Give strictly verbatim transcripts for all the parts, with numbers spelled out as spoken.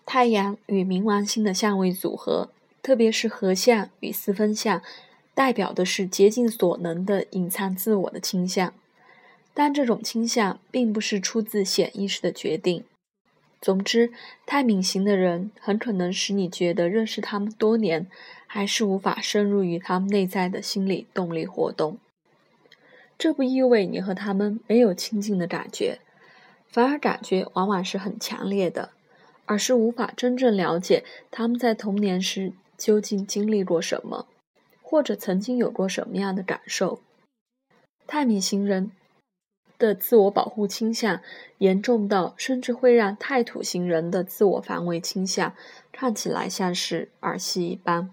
太阳与冥王星的相位组合，特别是合相与四分相，代表的是竭尽所能的隐藏自我的倾向，但这种倾向并不是出自显意识的决定。总之，太冥型的人很可能使你觉得认识他们多年，还是无法深入于他们内在的心理动力活动。这不意味你和他们没有亲近的感觉，反而感觉往往是很强烈的，而是无法真正了解他们在童年时究竟经历过什么，或者曾经有过什么样的感受。太冥型人的自我保护倾向严重到甚至会让太土型人的自我防卫倾向看起来像是儿戏一般。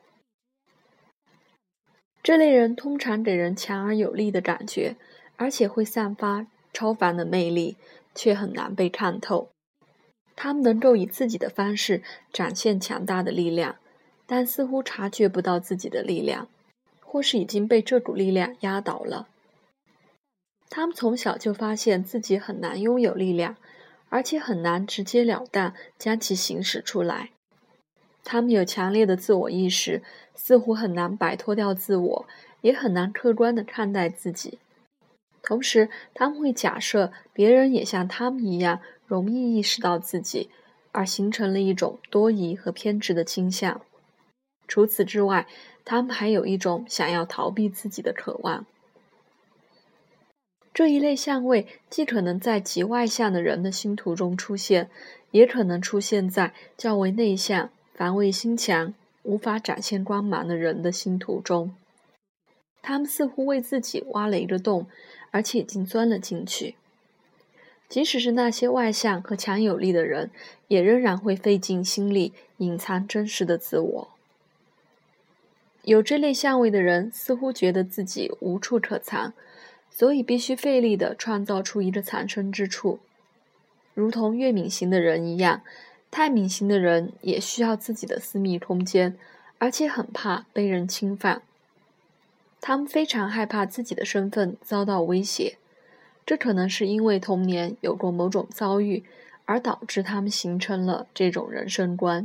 这类人通常给人强而有力的感觉，而且会散发超凡的魅力，却很难被看透。他们能够以自己的方式展现强大的力量，但似乎察觉不到自己的力量，或是已经被这股力量压倒了。他们从小就发现自己很难拥有力量，而且很难直截了当将其行使出来。他们有强烈的自我意识，似乎很难摆脱掉自我，也很难客观地看待自己。同时，他们会假设别人也像他们一样容易意识到自己，而形成了一种多疑和偏执的倾向。除此之外，他们还有一种想要逃避自己的渴望。这一类相位既可能在极外向的人的星图中出现，也可能出现在较为内向、防卫心强、无法展现光芒的人的星图中。他们似乎为自己挖了一个洞，而且已经钻了进去。即使是那些外向和强有力的人，也仍然会费尽心力隐藏真实的自我。有这类相位的人似乎觉得自己无处可藏，所以必须费力地创造出一个藏身之处。如同月冥型的人一样，太冥型的人也需要自己的私密空间，而且很怕被人侵犯。他们非常害怕自己的身份遭到威胁，这可能是因为童年有过某种遭遇，而导致他们形成了这种人生观。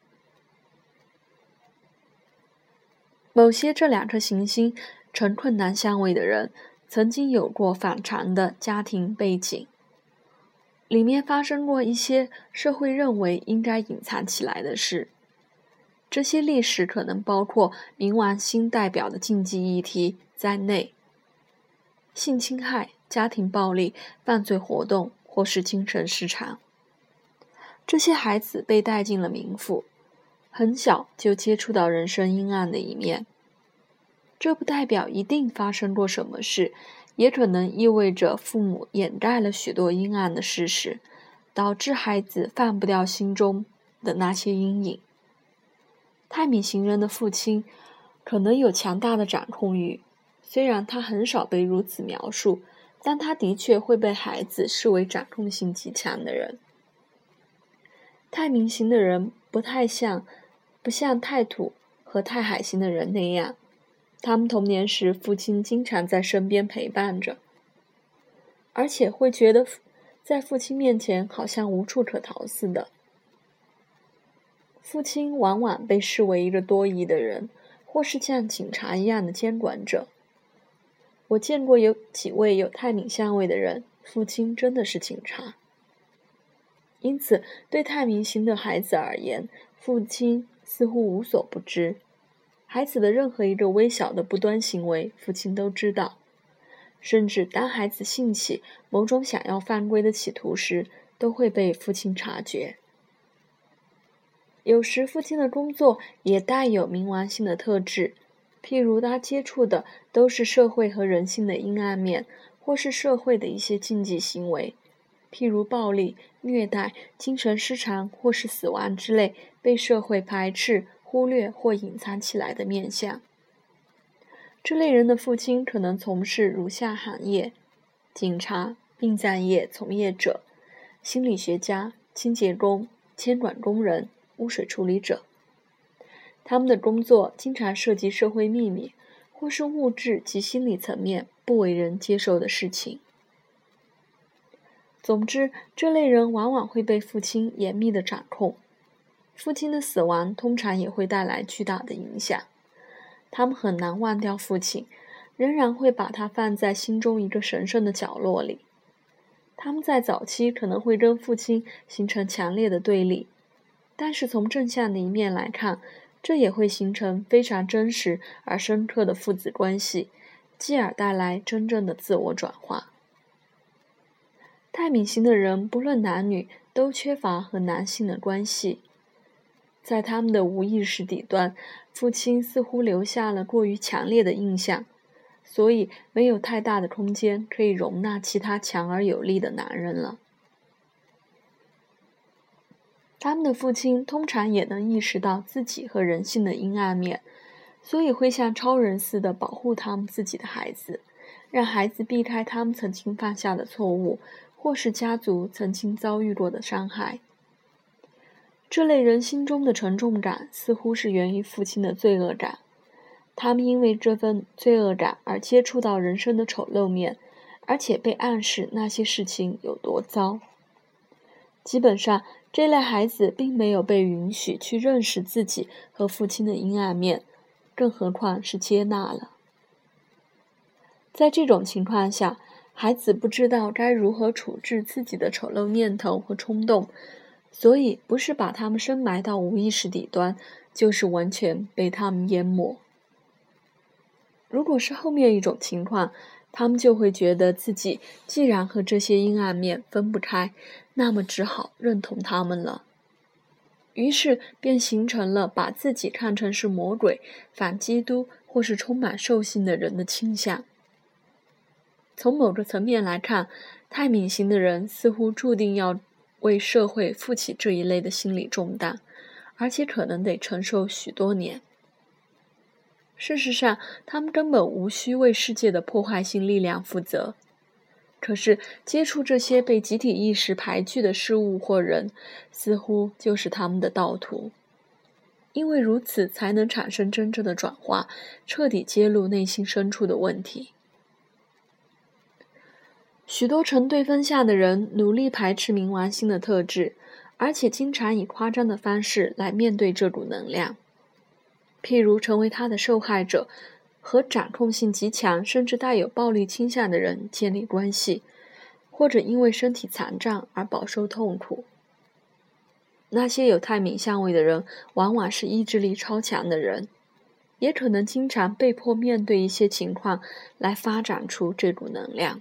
某些这两颗行星呈困难相位的人，曾经有过反常的家庭背景，里面发生过一些社会认为应该隐藏起来的事。这些历史可能包括冥王星代表的禁忌议题在内，性侵害、家庭暴力、犯罪活动或是精神失常。这些孩子被带进了冥府，很小就接触到人生阴暗的一面。这不代表一定发生过什么事，也可能意味着父母掩盖了许多阴暗的事实，导致孩子放不掉心中的那些阴影。太冥型人的父亲可能有强大的掌控欲，虽然他很少被如此描述，但他的确会被孩子视为掌控性极强的人。太冥型的人不太像不像太土和太海型的人那样，他们童年时父亲经常在身边陪伴着，而且会觉得在父亲面前好像无处可逃似的。父亲往往被视为一个多疑的人，或是像警察一样的监管者。我见过有几位有太冥相位的人，父亲真的是警察。因此，对太冥型的孩子而言，父亲似乎无所不知。孩子的任何一个微小的不端行为，父亲都知道。甚至当孩子兴起某种想要犯规的企图时，都会被父亲察觉。有时父亲的工作也带有冥王星的特质，譬如他接触的都是社会和人性的阴暗面，或是社会的一些禁忌行为，譬如暴力、虐待、精神失常或是死亡之类被社会排斥、忽略或隐藏起来的面向。这类人的父亲可能从事如下行业：警察、殡葬业从业者、心理学家、清洁工、监管工人、污水处理者。他们的工作经常涉及社会秘密，或是物质及心理层面不为人接受的事情。总之，这类人往往会被父亲严密的掌控， 父亲的死亡通常也会带来巨大的影响。他们很难忘掉父亲，仍然会把他放在心中一个神圣的角落里。他们在早期可能会跟父亲形成强烈的对立，但是从正向的一面来看，这也会形成非常真实而深刻的父子关系，继而带来真正的自我转化。太敏型的人不论男女都缺乏和男性的关系，在他们的无意识底端，父亲似乎留下了过于强烈的印象，所以没有太大的空间可以容纳其他强而有力的男人了。他们的父亲通常也能意识到自己和人性的阴暗面，所以会像超人似的保护他们自己的孩子，让孩子避开他们曾经犯下的错误，或是家族曾经遭遇过的伤害。这类人心中的沉重感似乎是源于父亲的罪恶感，他们因为这份罪恶感而接触到人生的丑陋面，而且被暗示那些事情有多糟。基本上，这类孩子并没有被允许去认识自己和父亲的阴暗面，更何况是接纳了。在这种情况下，孩子不知道该如何处置自己的丑陋念头和冲动，所以不是把他们深埋到无意识底端，就是完全被他们淹没。如果是后面一种情况，他们就会觉得自己既然和这些阴暗面分不开，那么只好认同他们了。于是便形成了把自己看成是魔鬼、反基督或是充满兽性的人的倾向。从某个层面来看，太敏型的人似乎注定要为社会负起这一类的心理重担，而且可能得承受许多年。事实上，他们根本无需为世界的破坏性力量负责。可是，接触这些被集体意识排拒的事物或人，似乎就是他们的道途。因为如此才能产生真正的转化，彻底揭露内心深处的问题。许多成对分下的人努力排斥冥王星的特质，而且经常以夸张的方式来面对这股能量。譬如成为他的受害者，和掌控性极强甚至带有暴力倾向的人建立关系，或者因为身体残障而饱受痛苦。那些有太冥相位的人往往是意志力超强的人，也可能经常被迫面对一些情况来发展出这股能量。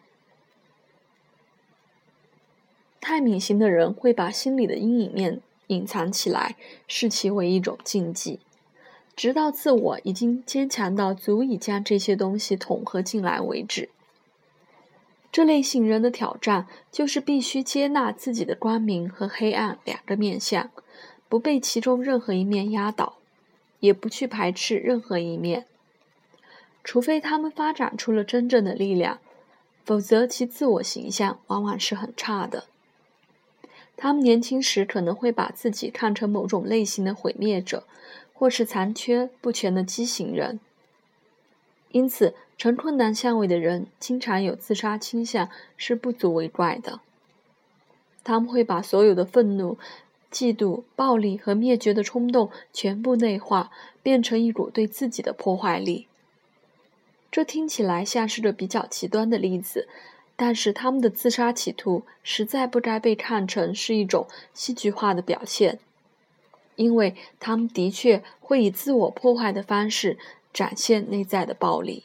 太敏型的人会把心理的阴影面隐藏起来，视其为一种禁忌，直到自我已经坚强到足以将这些东西统合进来为止。这类型人的挑战就是必须接纳自己的光明和黑暗两个面向，不被其中任何一面压倒，也不去排斥任何一面。除非他们发展出了真正的力量，否则其自我形象往往是很差的。他们年轻时可能会把自己看成某种类型的毁灭者，或是残缺不全的畸形人。因此，成困难相位的人经常有自杀倾向是不足为怪的。他们会把所有的愤怒、嫉妒、暴力和灭绝的冲动全部内化，变成一股对自己的破坏力。这听起来像是个比较极端的例子，但是他们的自杀企图实在不该被看成是一种戏剧化的表现，因为他们的确会以自我破坏的方式展现内在的暴力。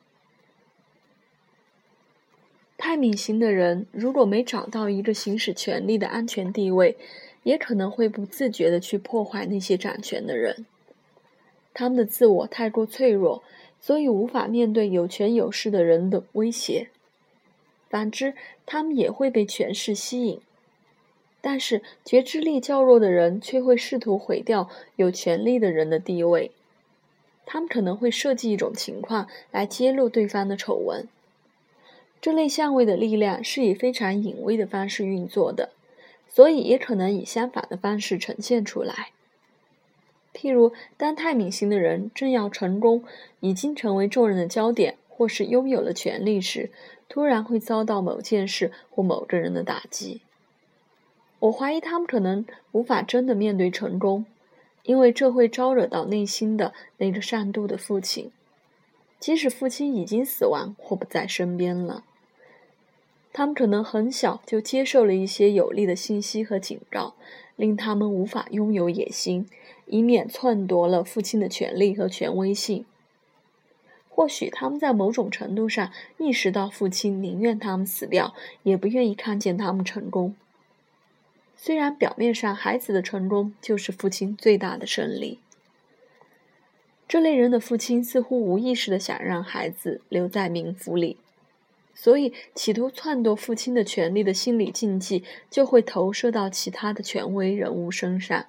太敏型的人如果没找到一个行使权力的安全地位，也可能会不自觉地去破坏那些掌权的人。他们的自我太过脆弱，所以无法面对有权有势的人的威胁。反之，他们也会被权势吸引。但是觉知力较弱的人却会试图毁掉有权力的人的地位。他们可能会设计一种情况来揭露对方的丑闻。这类相位的力量是以非常隐微的方式运作的，所以也可能以相反的方式呈现出来。譬如，当太敏型的人正要成功，已经成为众人的焦点，或是拥有了权力时，突然会遭到某件事或某个人的打击。我怀疑他们可能无法真的面对成功， 因为这会招惹到内心的那个善妒的父亲，即使父亲已经死亡或不在身边了。他们可能很小就接受了一些有利的信息和警告，令他们无法拥有野心，以免篡夺了父亲的权利和权威性。或许他们在某种程度上意识到父亲宁愿他们死掉，也不愿意看见他们成功。虽然表面上孩子的成功就是父亲最大的胜利，这类人的父亲似乎无意识地想让孩子留在冥府里，所以企图篡夺父亲的权利的心理禁忌就会投射到其他的权威人物身上。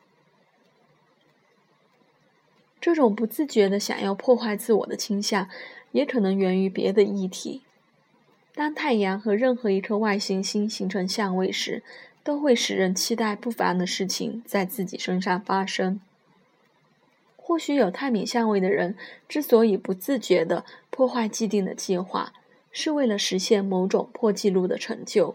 这种不自觉的想要破坏自我的倾向，也可能源于别的议题。当太阳和任何一颗外行星形成相位时，都会使人期待不凡的事情在自己身上发生。或许有太冥相位的人之所以不自觉地破坏既定的计划，是为了实现某种破纪录的成就。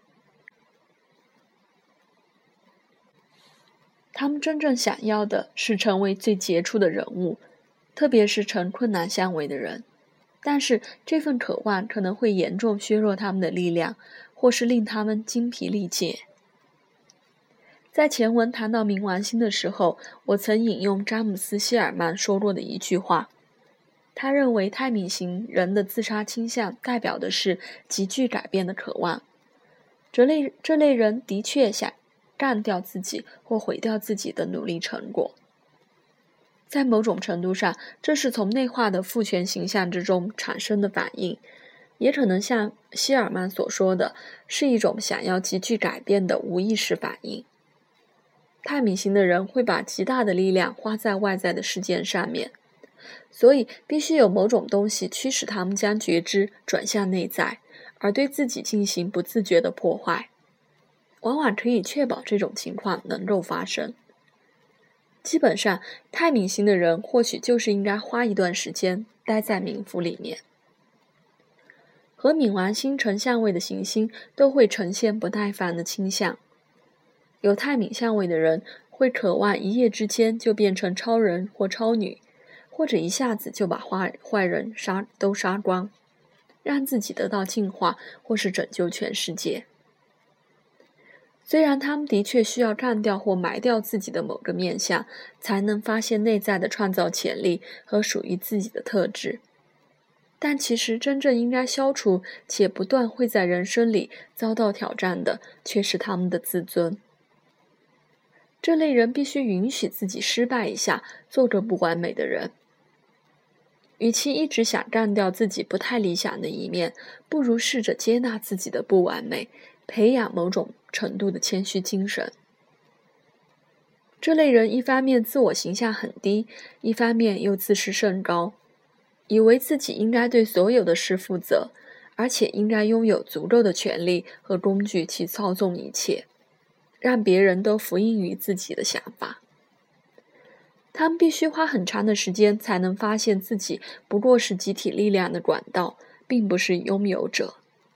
他们真正想要的是成为最杰出的人物，特别是呈困难相位的人，但是这份渴望可能会严重削弱他们的力量，或是令他们精疲力竭。在前文谈到冥王星的时候，我曾引用詹姆斯·希尔曼说过的一句话，他认为太冥型人的自杀倾向代表的是急剧改变的渴望。这类这类人的确想干掉自己或毁掉自己的努力成果。在某种程度上，这是从内化的父权形象之中产生的反应，也可能像希尔曼所说的，是一种想要急剧改变的无意识反应。太冥型的人会把极大的力量花在外在的事件上面，所以必须有某种东西驱使他们将觉知转向内在，而对自己进行不自觉的破坏。往往可以确保这种情况能够发生。基本上，太冥型的人或许就是应该花一段时间待在冥府里面。和冥王星成相位的行星都会呈现不耐烦的倾向。有太冥相位的人会渴望一夜之间就变成超人或超女，或者一下子就把坏坏人杀都杀光，让自己得到净化或是拯救全世界。虽然他们的确需要干掉或埋掉自己的某个面向，才能发现内在的创造潜力和属于自己的特质，但其实真正应该消除且不断会在人生里遭到挑战的，却是他们的自尊。这类人必须允许自己失败一下，做个不完美的人。与其一直想干掉自己不太理想的一面，不如试着接纳自己的不完美，培养某种程度的谦虚精神。这类人一方面自我形象很低，一方面又自视甚高，以为自己应该对所有的事负责，而且应该拥有足够的权力和工具去操纵一切，让别人都服膺于自己的想法。他们必须花很长的时间才能发现自己不过是集体力量的管道，并不是拥有者。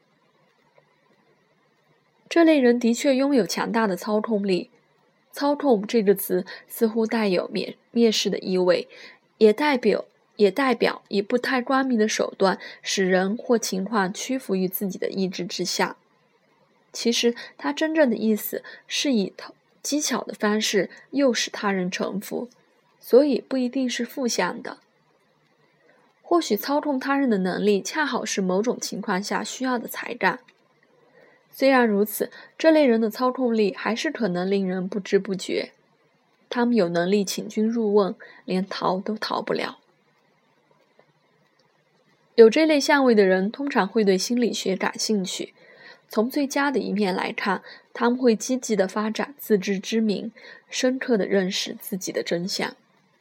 这类人的确拥有强大的操控力，操控这个词似乎带有蔑蔑视的意味，也代表也代表以不太光明的手段使人或情况屈服于自己的意志之下。其实它真正的意思是以技巧的方式诱使他人臣服，所以不一定是负向的。或许操控他人的能力恰好是某种情况下需要的才干。虽然如此，这类人的操控力还是可能令人不知不觉。他们有能力请君入瓮，连逃都逃不了。有这类相位的人通常会对心理学感兴趣。从最佳的一面来看，他们会积极地发展自知之明，深刻地认识自己的真相。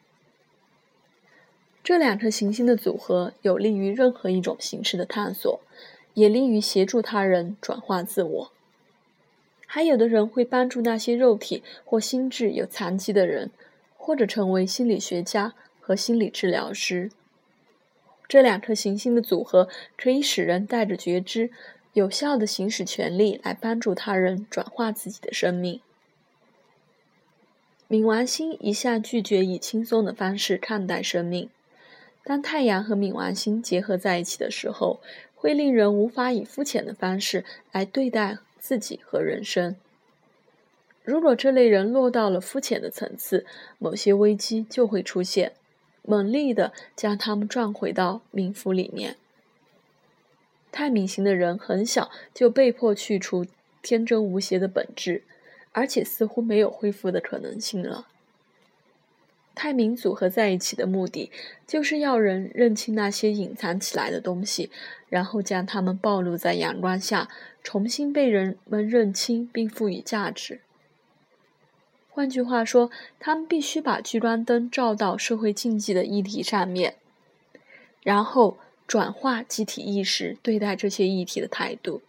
这两颗行星的组合有利于任何一种形式的探索，也利于协助他人转化自我。还有的人会帮助那些肉体或心智有残疾的人，或者成为心理学家和心理治疗师。这两颗行星的组合可以使人带着觉知，有效地行使权力来帮助他人转化自己的生命。 冥王星一向拒绝以轻松的方式看待生命，当太阳和冥王星结合在一起的时候，会令人无法以肤浅的方式来对待自己和人生。如果这类人落到了肤浅的层次，某些危机就会出现，猛力地将他们撞回到冥府里面。太冥型的人很小就被迫去除天真无邪的本质，而且似乎没有恢复的可能性了。太冥组合在一起的目的，就是要人认清那些隐藏起来的东西，然后将它们暴露在阳光下，重新被人们认清并赋予价值。换句话说，他们必须把聚光灯照到社会禁忌的议题上面，然后转化集体意识对待这些议题的态度。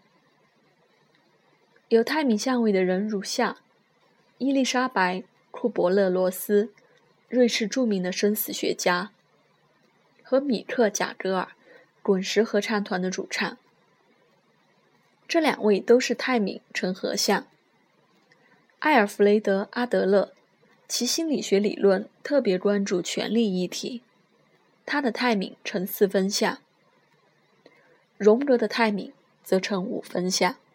有太冥相位的人如下：伊丽莎白·库伯勒罗斯，瑞士著名的生死学家，和米克·贾格尔，滚石合唱团的主唱。这两位都是太冥成合相。艾尔弗雷德·阿德勒，其心理学理论特别关注权力议题，他的太冥呈四分相。荣格的太冥则呈五分相。